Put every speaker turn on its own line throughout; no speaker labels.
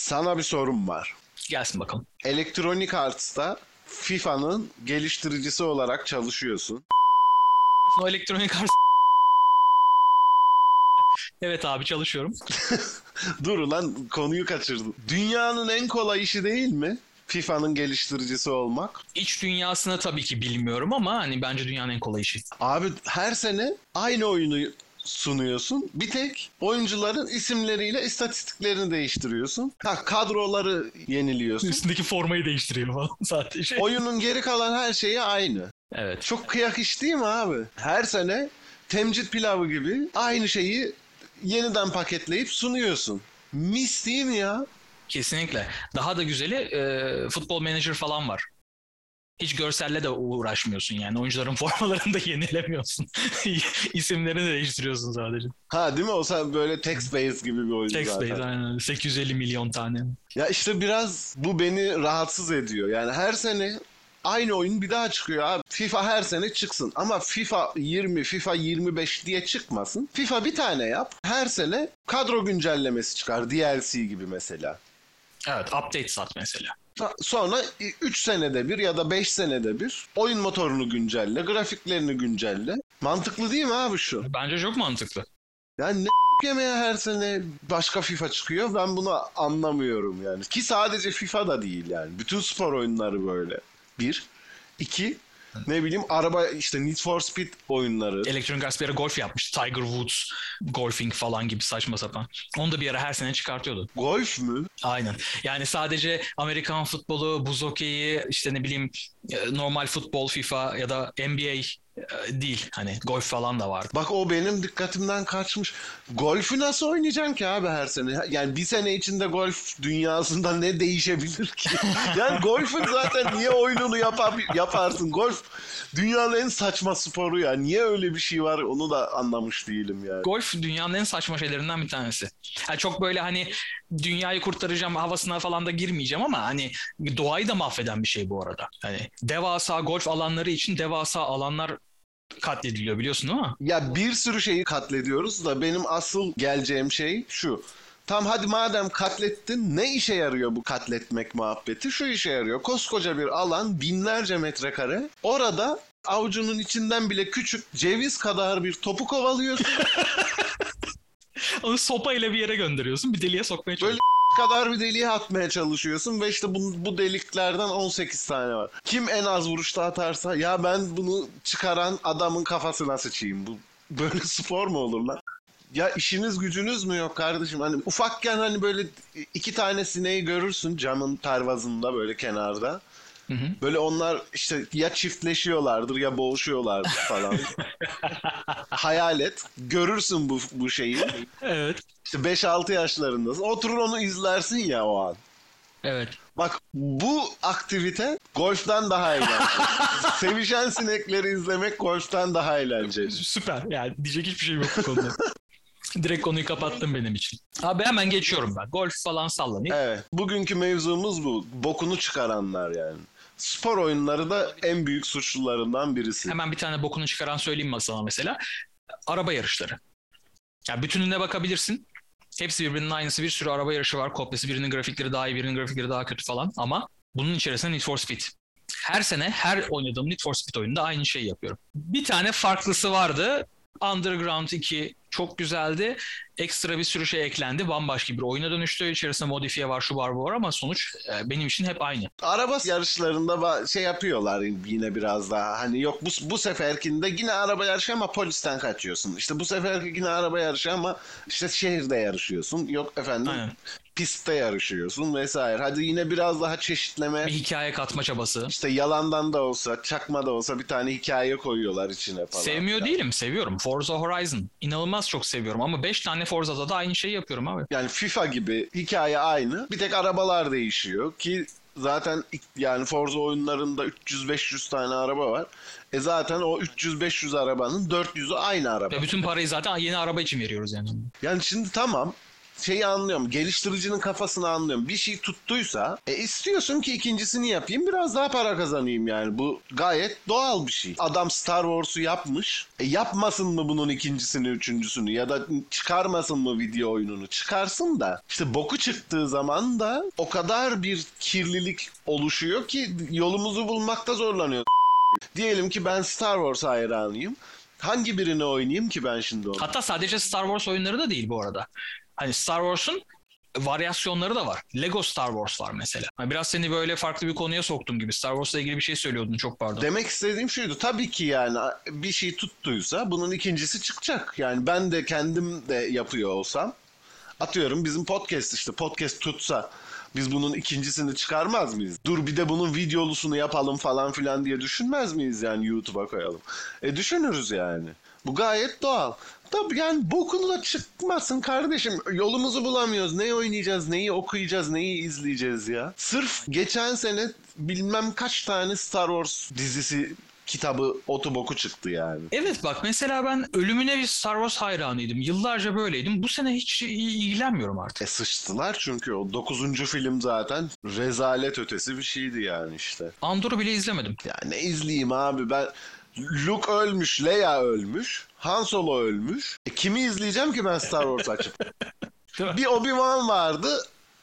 Sana bir sorum var.
Gelsin bakalım.
Electronic Arts'ta FIFA'nın geliştiricisi olarak çalışıyorsun.
O elektronik Evet abi çalışıyorum.
Dur lan konuyu kaçırdım. Dünyanın en kolay işi değil mi? FIFA'nın geliştiricisi olmak.
İç dünyasını tabii ki bilmiyorum ama hani bence dünyanın en kolay işi.
Abi her sene aynı oyunu sunuyorsun. Bir tek oyuncuların isimleriyle istatistiklerini değiştiriyorsun. Kadroları yeniliyorsun.
Üstündeki formayı değiştiriyor falan sadece.
Oyunun geri kalan her şeyi aynı.
Evet.
Çok kıyak iş değil mi abi? Her sene temcit pilavı gibi aynı şeyi yeniden paketleyip sunuyorsun. Mis değil mi ya?
Kesinlikle. Daha da güzeli futbol manager falan var. Hiç görselle de uğraşmıyorsun yani. Oyuncuların formalarını da yenilemiyorsun. İsimlerini de değiştiriyorsun sadece.
Ha değil mi? O sen böyle text-based gibi bir oyun
Text
zaten.
based aynen. 850 milyon tane.
Ya işte biraz bu beni rahatsız ediyor. Yani her sene aynı oyun bir daha çıkıyor abi. FIFA her sene çıksın ama FIFA 20, FIFA 25 diye çıkmasın. FIFA bir tane yap. Her sene kadro güncellemesi çıkar. DLC gibi mesela.
Evet, update sat mesela.
Sonra 3 senede bir ya da 5 senede bir oyun motorunu güncelle, grafiklerini güncelle. Mantıklı değil mi abi şu?
Bence çok mantıklı.
Yani ne yemeye her sene başka FIFA çıkıyor, ben bunu anlamıyorum yani. Ki sadece FIFA da değil yani. Bütün spor oyunları böyle. Bir. İki. Ne bileyim araba işte Need for Speed oyunları.
Electronic Arts bir ara golf yapmış. Tiger Woods, golfing falan gibi saçma sapan. Onu da bir ara her sene çıkartıyordu.
Golf mü?
Aynen. Yani sadece Amerikan futbolu, buz hokeyi, işte ne bileyim normal futbol, FIFA ya da NBA değil. Hani golf falan da vardı.
Bak o benim dikkatimden kaçmış. Golfü nasıl oynayacaksın ki abi her sene? Yani bir sene içinde golf dünyasında ne değişebilir ki? Yani golfün zaten niye oyununu yaparsın? Golf dünyanın en saçma sporu ya. Niye öyle bir şey var onu da anlamış değilim yani.
Golf dünyanın en saçma şeylerinden bir tanesi. Yani çok böyle hani dünyayı kurtaracağım havasına falan da girmeyeceğim ama hani doğayı da mahveden bir şey bu arada. Hani devasa golf alanları için devasa alanlar katlediliyor biliyorsun değil mi?
Ya bir sürü şeyi katlediyoruz da benim asıl geleceğim şey şu. Tam hadi madem katlettin ne işe yarıyor bu katletmek muhabbeti? Şu işe yarıyor. Koskoca bir alan binlerce metrekare. Orada avucunun içinden bile küçük ceviz kadar bir topu kovalıyorsun.
Onu sopa ile bir yere gönderiyorsun. Bir deliğe sokmaya çalışıyorsun.
Kadar bir deliğe atmaya çalışıyorsun ve işte bu deliklerden 18 tane var. Kim en az vuruşta atarsa ya ben bunu çıkaran adamın kafasına sıçayım. Bu böyle spor mu olur lan? Ya işiniz gücünüz mü yok kardeşim? Hani ufakken hani böyle 2 tane sineği görürsün camın pervazında böyle kenarda.
Hı hı.
Böyle onlar işte ya çiftleşiyorlardır ya boğuşuyorlardır falan. Hayal et. Görürsün bu şeyi.
Evet.
İşte 5-6 yaşlarındasın. Oturur onu izlersin ya o an.
Evet.
Bak bu aktivite golften daha eğlenceli. Sevişen sinekleri izlemek golften daha eğlenceli.
Süper. Yani diyecek hiçbir şey yok bu konuda. Direkt konuyu kapattın benim için. Abi hemen geçiyorum ben. Golf falan sallanayım.
Evet. Bugünkü mevzumuz bu. Bokunu çıkaranlar yani. Spor oyunları da en büyük suçlularından birisi.
Hemen bir tane bokunu çıkaran söyleyeyim masana mesela. Araba yarışları. Yani bütününe bakabilirsin. Hepsi birbirinin aynısı. Bir sürü araba yarışı var. Kopyası birinin grafikleri daha iyi, birinin grafikleri daha kötü falan. Ama bunun içerisinde Need for Speed. Her sene her oynadığım Need for Speed oyununda aynı şeyi yapıyorum. Bir tane farklısı vardı. Underground 2 çok güzeldi. Ekstra bir sürü şey eklendi. Bambaşka bir oyuna dönüştü. İçerisinde modifiye var, şu var, bu var ama sonuç benim için hep aynı.
Araba yarışlarında şey yapıyorlar yine biraz daha. Hani yok bu seferkinde yine araba yarışı ama polisten kaçıyorsun. İşte bu seferki yine araba yarışı ama işte şehirde yarışıyorsun. Yok efendim
Aynen.
pistte yarışıyorsun vesaire. Hadi yine biraz daha çeşitleme.
Bir hikaye katma çabası.
İşte yalandan da olsa, çakma da olsa bir tane hikaye koyuyorlar içine falan.
Sevmiyor değilim, seviyorum. Forza Horizon. İnanılmaz çok seviyorum ama 5 tane Forza'da da aynı şeyi yapıyorum abi.
Yani FIFA gibi hikaye aynı. Bir tek arabalar değişiyor ki zaten yani Forza oyunlarında 300-500 tane araba var. Zaten o 300-500 arabanın 400'ü aynı araba.
Ve bütün parayı zaten yeni araba için veriyoruz yani.
Yani şimdi tamam şeyi anlıyorum. Geliştiricinin kafasını anlıyorum. Bir şey tuttuysa istiyorsun ki ikincisini yapayım, biraz daha para kazanayım yani. Bu gayet doğal bir şey. Adam Star Wars'u yapmış. Yapmasın mı bunun ikincisini, üçüncüsünü, ya da çıkarmasın mı video oyununu? Çıkarsın da işte boku çıktığı zaman da o kadar bir kirlilik oluşuyor ki yolumuzu bulmakta zorlanıyor. Diyelim ki ben Star Wars hayranıyım. Hangi birini oynayayım ki ben şimdi onu?
Hatta sadece Star Wars oyunları da değil bu arada. Hani Star Wars'un varyasyonları da var. Lego Star Wars var mesela. Hani biraz seni böyle farklı bir konuya soktum gibi. Star Wars'la ilgili bir şey söylüyordun, çok pardon.
Demek istediğim şuydu. Tabii ki yani bir şey tuttuysa bunun ikincisi çıkacak. Yani ben de kendim de yapıyor olsam, atıyorum bizim podcast, işte podcast tutsa biz bunun ikincisini çıkarmaz mıyız? Dur bir de bunun videolusunu yapalım falan filan diye düşünmez miyiz yani, YouTube'a koyalım? Düşünürüz yani. Bu gayet doğal. Tabii yani bokunu da çıkmasın kardeşim. Yolumuzu bulamıyoruz. Neyi oynayacağız, neyi okuyacağız, neyi izleyeceğiz ya? Sırf geçen sene bilmem kaç tane Star Wars dizisi, kitabı, otu boku çıktı yani.
Evet bak mesela ben ölümüne bir Star Wars hayranıydım. Yıllarca böyleydim. Bu sene hiç ilgilenmiyorum artık.
Sıçtılar çünkü o 9. film zaten rezalet ötesi bir şeydi yani işte.
Andor'u bile izlemedim.
Ya ne izleyeyim abi ben, Luke ölmüş, Leia ölmüş, Han Solo ölmüş. Kimi izleyeceğim ki ben Star Wars açıp?
Değil mi?
Bir Obi-Wan vardı.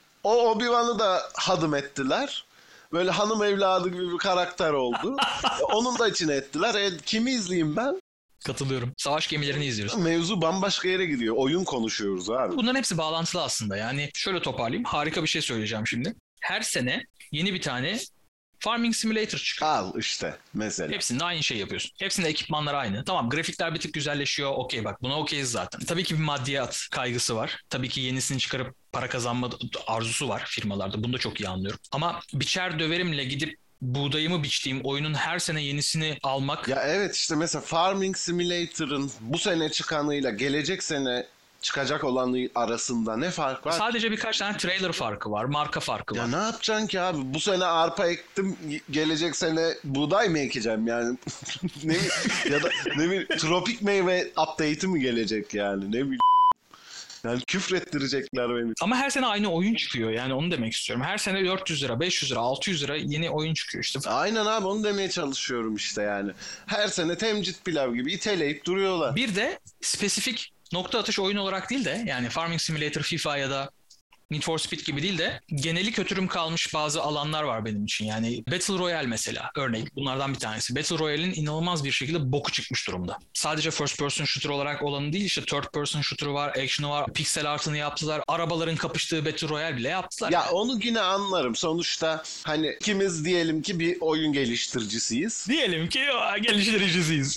O Obi-Wan'ı da hadım ettiler. Böyle hanım evladı gibi bir karakter oldu. Onun da içine ettiler. Kimi izleyeyim ben?
Katılıyorum. Savaş gemilerini izliyoruz.
Mevzu bambaşka yere gidiyor. Oyun konuşuyoruz abi.
Bunların hepsi bağlantılı aslında. Yani şöyle toparlayayım. Harika bir şey söyleyeceğim şimdi. Her sene yeni bir tane Farming Simulator çıkıyor.
Al işte mesela.
Hepsinde aynı şey yapıyorsun. Hepsinde ekipmanlar aynı. Tamam, grafikler bir tık güzelleşiyor. Okey, bak buna okeyiz zaten. Tabii ki bir maddiyat kaygısı var. Tabii ki yenisini çıkarıp para kazanma arzusu var firmalarda. Bunu da çok iyi anlıyorum. Ama biçer döverimle gidip buğdayımı biçtiğim oyunun her sene yenisini almak...
Ya evet, işte mesela Farming Simulator'ın bu sene çıkanıyla gelecek sene çıkacak olanı arasında ne fark var?
Sadece birkaç tane trailer farkı var. Marka farkı
Ya
var.
ne yapacaksın ki abi? Bu sene arpa ektim, gelecek sene buğday mı ekeceğim yani? ne ya da ne bileyim, tropik meyve update'i mi gelecek yani? Ne bileyim. Yani küfrettirecekler beni.
Ama her sene aynı oyun çıkıyor. Yani onu demek istiyorum. Her sene 400 lira, 500 lira, 600 lira yeni oyun çıkıyor işte.
Aynen abi, onu demeye çalışıyorum işte yani. Her sene temcit pilav gibi iteleyip duruyorlar.
Bir de spesifik nokta atış oyun olarak değil de, yani Farming Simulator, FIFA ya da Need for Speed gibi değil de geneli kötürüm kalmış bazı alanlar var benim için. Yani Battle Royale mesela örnek bunlardan bir tanesi. Battle Royale'in inanılmaz bir şekilde boku çıkmış durumda. Sadece first person shooter olarak olanı değil, işte third person shooter'ı var, action'ı var, pixel art'ını yaptılar. Arabaların kapıştığı Battle Royale bile yaptılar.
Ya onu yine anlarım. Sonuçta hani ikimiz diyelim ki bir oyun geliştiricisiyiz.
Diyelim ki geliştiricisiyiz.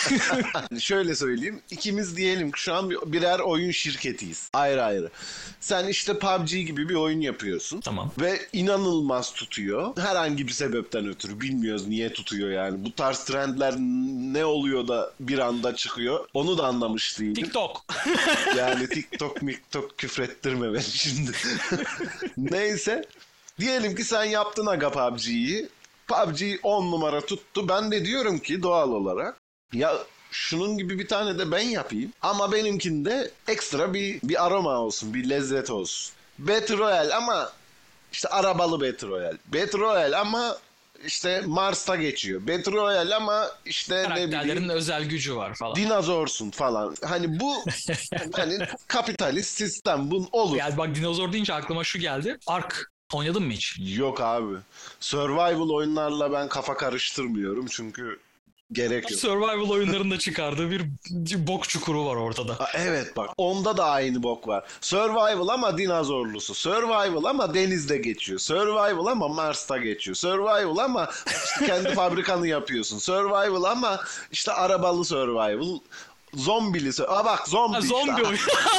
Şöyle söyleyeyim. İkimiz diyelim ki şu an birer oyun şirketiyiz. Ayrı ayrı. Sen işte PUBG gibi bir oyun yapıyorsun.
Tamam.
Ve inanılmaz tutuyor. Herhangi bir sebepten ötürü bilmiyoruz niye tutuyor yani. Bu tarz trendler ne oluyor da bir anda çıkıyor. Onu da anlamış değilim.
TikTok.
Yani TikTok küfrettirme beni şimdi. Neyse. Diyelim ki sen yaptın aga PUBG'yi. PUBG 10 numara tuttu. Ben de diyorum ki doğal olarak, ya şunun gibi bir tane de ben yapayım. Ama benimkinde ekstra bir aroma olsun, bir lezzet olsun. Battle Royale ama işte arabalı Battle Royale. Battle Royale ama işte Mars'ta geçiyor. Battle Royale ama işte ne
Karakterlerin
bileyim
özel gücü var falan.
dinozorsun falan. Hani bu hani kapitalist sistem, bunun olur.
Yani bak, dinozor deyince aklıma şu geldi. Ark. Oynadın mı hiç?
Yok abi. Survival oyunlarla ben kafa karıştırmıyorum çünkü gerek yok.
Survival oyunlarında çıkardığı bir bok çukuru var ortada.
Evet bak, onda da aynı bok var. Survival ama dinozorlusu. Survival ama denizde geçiyor. Survival ama Mars'ta geçiyor. Survival ama işte kendi fabrikanı yapıyorsun. Survival ama işte arabalı survival. Zombili. Bak zombi.
Ha, zombi
işte.
oyun.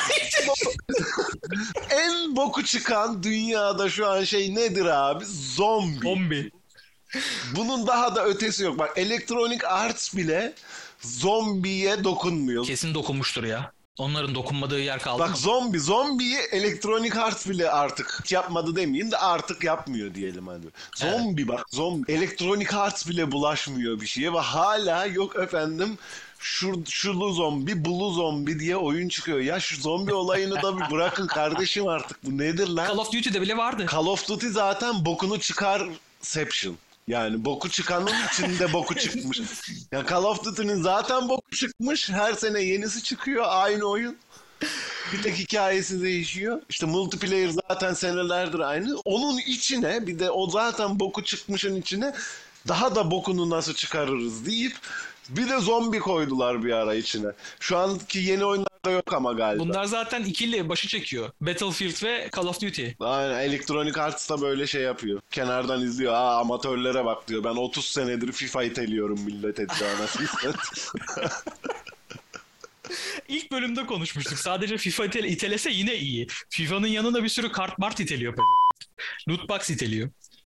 En boku çıkan dünyada şu an şey nedir abi? Zombi.
Zombi.
Bunun daha da ötesi yok. Bak Electronic Arts bile zombiye dokunmuyor.
Kesin dokunmuştur ya. Onların dokunmadığı yer kaldı mı?
Bak zombiyi Electronic Arts bile artık hiç yapmadı demeyeyim de artık yapmıyor diyelim hadi. Zombi bak, zombi. Electronic Arts bile bulaşmıyor bir şeye ve hala yok efendim şulu zombi, bulu zombi diye oyun çıkıyor. Ya şu zombi olayını da bir bırakın kardeşim artık. Bu nedir lan?
Call of Duty'de bile vardı.
Call of Duty zaten bokunu çıkarception. Yani boku çıkanın içinde boku çıkmış. Yani Call of Duty'nin zaten boku çıkmış. Her sene yenisi çıkıyor. Aynı oyun. Bir tek hikayesi değişiyor. İşte multiplayer zaten senelerdir aynı. Onun içine bir de o zaten boku çıkmışın içine daha da bokunu nasıl çıkarırız deyip bir de zombi koydular bir ara içine. Şu anki yeni oyunlarda yok ama galiba.
Bunlar zaten ikili başı çekiyor. Battlefield ve Call of Duty.
Aynen, Electronic Arts da böyle şey yapıyor. Kenardan izliyor. Amatörlere bak diyor. Ben 30 senedir FIFA iteliyorum millet ediyor anasını satayım.
İlk bölümde konuşmuştuk. Sadece FIFA itelese yine iyi. FIFA'nın yanında bir sürü kart mart iteliyor. Loot box iteliyor.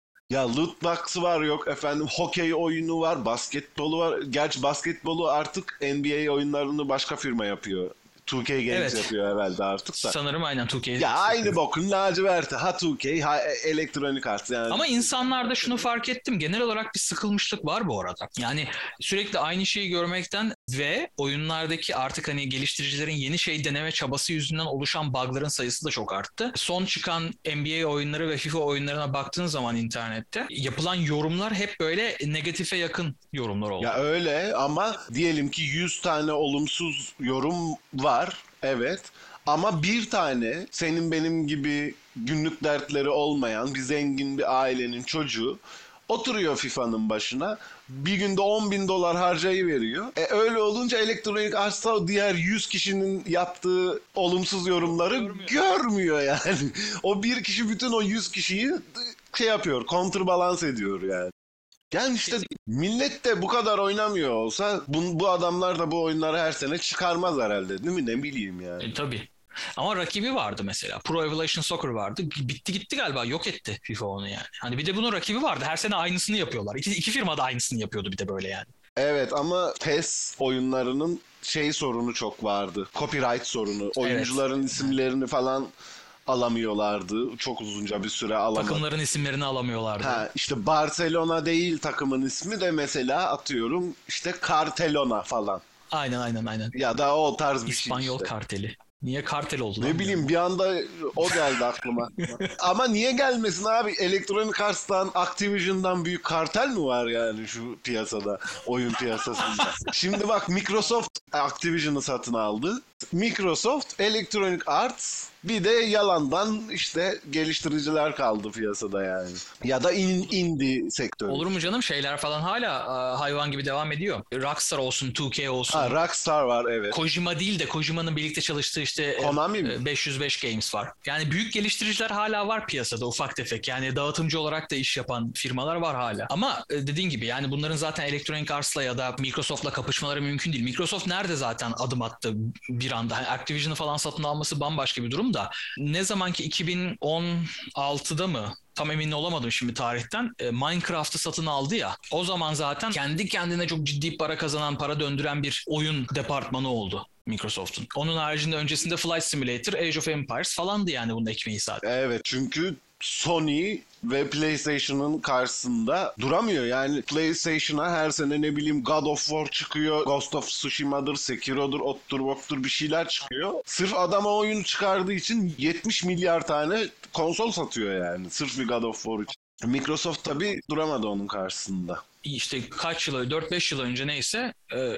Ya loot box'ı var, yok efendim hokey oyunu var, basketbolu var. Gerçi basketbolu artık NBA oyunlarını başka firma yapıyor. 2K Games
Evet.
yapıyor herhalde artık da.
Sanırım aynen 2K.
Ya aynı bokun laciverti. Ha 2K, ha Electronic Arts yani.
Ama insanlarda şunu fark ettim. Genel olarak bir sıkılmışlık var bu arada. Yani sürekli aynı şeyi görmekten ve oyunlardaki artık hani geliştiricilerin yeni şey deneme çabası yüzünden oluşan bug'ların sayısı da çok arttı. Son çıkan NBA oyunları ve FIFA oyunlarına baktığın zaman internette yapılan yorumlar hep böyle negatife yakın yorumlar oldu.
Ya öyle ama diyelim ki 100 tane olumsuz yorum var. Evet. Ama bir tane senin benim gibi günlük dertleri olmayan bir zengin bir ailenin çocuğu oturuyor FIFA'nın başına. Bir günde $10.000 harcayıveriyor. Öyle olunca Electronic Arts'ta o diğer 100 kişinin yaptığı olumsuz yorumları görmüyor yani. O bir kişi bütün o 100 kişiyi şey yapıyor, kontrbalans ediyor yani. Yani işte millet de bu kadar oynamıyor olsa bu adamlar da bu oyunları her sene çıkarmaz herhalde, değil mi? Ne bileyim yani.
Tabii. Ama rakibi vardı mesela. Pro Evolution Soccer vardı. Bitti gitti galiba. Yok etti FIFA onu yani. Hani bir de bunun rakibi vardı. Her sene aynısını yapıyorlar. İki firma da aynısını yapıyordu bir de böyle yani.
Evet ama PES oyunlarının şey sorunu çok vardı. Copyright sorunu. Oyuncuların isimlerini falan alamıyorlardı. Çok uzunca bir süre alamadı.
Takımların isimlerini alamıyorlardı.
Ha, işte Barcelona değil takımın ismi de mesela atıyorum işte Cartelona falan.
Aynen.
Ya da o tarz bir
İspanyol
şey işte.
karteli. Niye kartel oldu lan
Ne bileyim bir anda o geldi aklıma. Ama niye gelmesin abi? Electronic Arts'tan, Activision'dan büyük kartel mi var yani şu piyasada, oyun piyasasında? Şimdi bak Microsoft Activision'ı satın aldı. Microsoft, Electronic Arts, bir de yalandan işte geliştiriciler kaldı piyasada yani. Ya da indie sektörü.
Olur mu canım? Şeyler falan hala hayvan gibi devam ediyor. Rockstar olsun, 2K olsun.
Ha, Rockstar var evet.
Kojima değil de Kojima'nın birlikte çalıştığı işte
Konami mi?
505 Games var. Yani büyük geliştiriciler hala var piyasada ufak tefek. Yani dağıtımcı olarak da iş yapan firmalar var hala. Ama dediğin gibi yani bunların zaten Electronic Arts'la ya da Microsoft'la kapışmaları mümkün değil. Microsoft nerede zaten adım attı bir anda? Yani Activision'ı falan satın alması bambaşka bir durum da. Ne zamanki 2016'da mı? Tam emin olamadım şimdi tarihten. Minecraft'ı satın aldı ya. O zaman zaten kendi kendine çok ciddi para kazanan, para döndüren bir oyun departmanı oldu Microsoft'un. Onun haricinde öncesinde Flight Simulator, Age of Empires falandı yani bunun ekmeği zaten.
Evet çünkü Sony ve PlayStation'ın karşısında duramıyor. Yani PlayStation'a her sene ne bileyim God of War çıkıyor, Ghost of Tsushima'dır, Sekiro'dur, ottur boktur bir şeyler çıkıyor. Sırf adama oyun çıkardığı için 70 milyar tane konsol satıyor yani. Sırf bir God of War için. Microsoft tabii duramadı onun karşısında.
İşte kaç yıl, 4-5 yıl önce neyse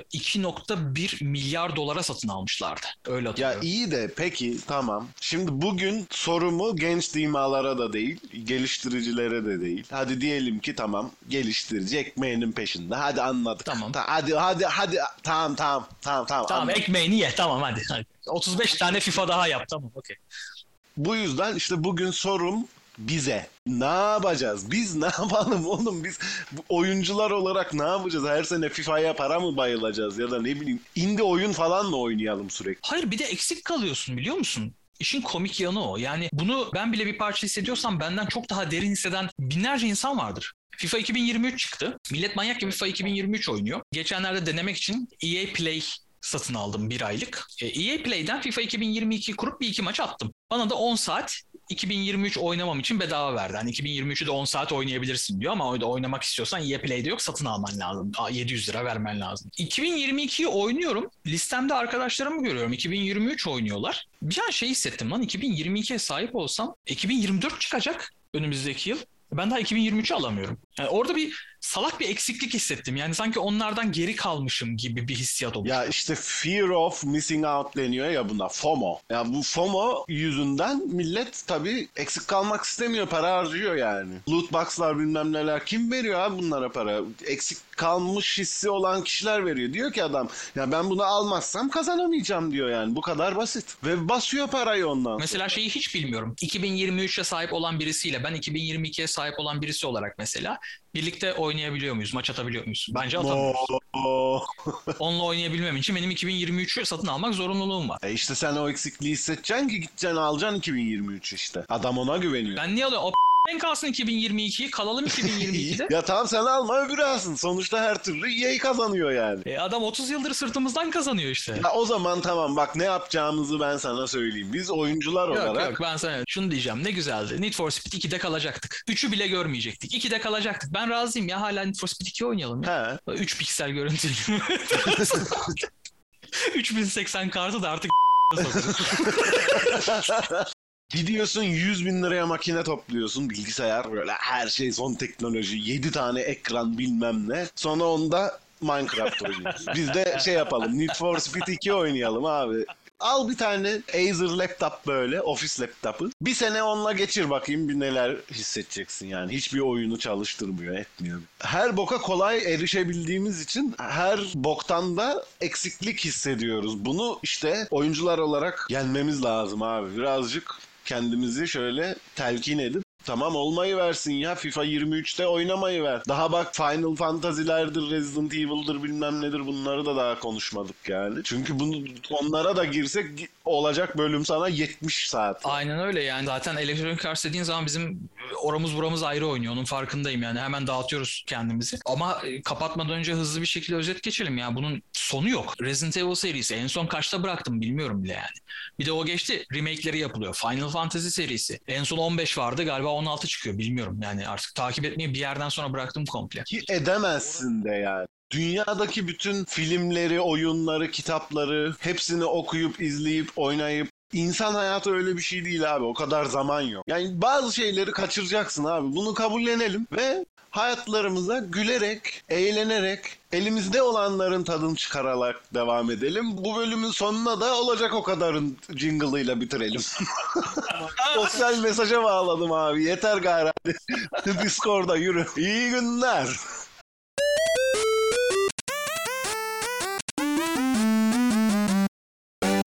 2.1 milyar dolara satın almışlardı. Öyle
Ya
hatırlıyorum.
iyi de peki tamam. Şimdi bugün sorumu genç dimalara da değil, geliştiricilere de değil. Hadi diyelim ki tamam geliştirici ekmeğinin peşinde. Hadi anladık.
Tamam.
Hadi tamam.
Tamam
anladık.
ekmeğini ye tamam hadi. 35 tane FIFA daha yap tamam okey.
Bu yüzden işte bugün sorum bize. Ne yapacağız? Biz ne yapalım oğlum? Biz oyuncular olarak ne yapacağız? Her sene FIFA'ya para mı bayılacağız? Ya da ne bileyim indie oyun falan mı oynayalım sürekli?
Hayır bir de eksik kalıyorsun biliyor musun? İşin komik yanı o. Yani bunu ben bile bir parça hissediyorsam benden çok daha derin hisseden binlerce insan vardır. FIFA 2023 çıktı. Millet manyak gibi FIFA 2023 oynuyor. Geçenlerde denemek için EA Play satın aldım bir aylık. EA Play'den FIFA 2022 kurup bir iki maç attım. Bana da 10 saat 2023 oynamam için bedava verdi. Hani 2023'ü de 10 saat oynayabilirsin diyor ama orada oynamak istiyorsan EA Play'de yok, satın alman lazım. 700 lira vermen lazım. 2022'yi oynuyorum. Listemde arkadaşlarımı görüyorum. 2023 oynuyorlar. Bir an şey hissettim lan, 2022'ye sahip olsam 2024 çıkacak önümüzdeki yıl. Ben daha 2023'ü alamıyorum. Yani orada bir salak bir eksiklik hissettim. Yani sanki onlardan geri kalmışım gibi bir hissiyat oldu.
Ya işte fear of missing out deniyor ya buna. FOMO. Ya bu FOMO yüzünden millet tabii eksik kalmak istemiyor. Para harcıyor yani. Loot box'lar bilmem neler. Kim veriyor abi bunlara para? Eksik kalmış hissi olan kişiler veriyor. Diyor ki adam ya ben bunu almazsam kazanamayacağım diyor yani. Bu kadar basit. Ve basıyor parayı ondan.
Mesela şeyi hiç bilmiyorum. 2023'e sahip olan birisiyle ben 2022'ye sahip olan birisi olarak mesela birlikte oynayabiliyor muyuz? Maç atabiliyor muyuz? Bence atamıyoruz. Onunla oynayabilmem için benim 2023'ü satın almak zorunluluğum var.
İşte sen o eksikliği hissedeceksin ki gideceksin alacaksın 2023 işte. Adam ona güveniyor.
Ben niye alıyorum? O kalsın 2022'yi, kalalım 2022'de.
Ya tamam sen alma öbürü alsın. Sonuçta her türlü EA kazanıyor yani.
Adam 30 yıldır sırtımızdan kazanıyor işte.
Ya o zaman tamam bak ne yapacağımızı ben sana söyleyeyim. Biz oyuncular olarak...
Yok ben sana şunu diyeceğim, ne güzeldi. Need for Speed 2'de kalacaktık. 3'ü bile görmeyecektik. 2'de kalacaktık. Ben razıyım ya, hala Need for Speed 2 oynayalım ya.
He.
3 piksel görüntü. 3080 kartı da artık
Gidiyorsun 100 bin liraya makine topluyorsun. Bilgisayar böyle her şey son teknoloji. 7 tane ekran bilmem ne. Sonra onda Minecraft oynuyoruz. Biz de şey yapalım. Need for Speed 2 oynayalım abi. Al bir tane Acer laptop böyle, ofis laptopu. Bir sene onunla geçir bakayım bir neler hissedeceksin yani. Hiçbir oyunu çalıştırmıyor, etmiyor. Her boka kolay erişebildiğimiz için her boktan da eksiklik hissediyoruz. Bunu işte oyuncular olarak yenmemiz lazım abi. Birazcık kendimizi şöyle telkin edip tamam olmayı versin ya. FIFA 23'te oynamayı ver. Daha bak Final Fantasy'lerdir, Resident Evil'dır bilmem nedir bunları da daha konuşmadık yani. Çünkü onlara da girsek olacak bölüm sana 70 saat.
Aynen öyle yani. Zaten Electronic Arts dediğin zaman bizim oramız buramız ayrı oynuyor. Onun farkındayım yani. Hemen dağıtıyoruz kendimizi. Ama kapatmadan önce hızlı bir şekilde özet geçelim ya. Bunun sonu yok. Resident Evil serisi. En son kaçta bıraktım bilmiyorum bile yani. Bir de o geçti. Remake'leri yapılıyor. Final Fantasy serisi. En son 15 vardı. Galiba 16 çıkıyor. Bilmiyorum yani. Artık takip etmeyi bir yerden sonra bıraktım komple.
Ki edemezsin de yani. Dünyadaki bütün filmleri, oyunları, kitapları hepsini okuyup, izleyip, oynayıp İnsan hayatı öyle bir şey değil abi. O kadar zaman yok. Yani bazı şeyleri kaçıracaksın abi. Bunu kabullenelim ve hayatlarımıza gülerek, eğlenerek, elimizde olanların tadını çıkararak devam edelim. Bu bölümün sonuna da olacak o kadarın jingle'ıyla bitirelim. Sosyal mesaja bağladım abi. Yeter gayrı. Discord'a yürü. İyi günler.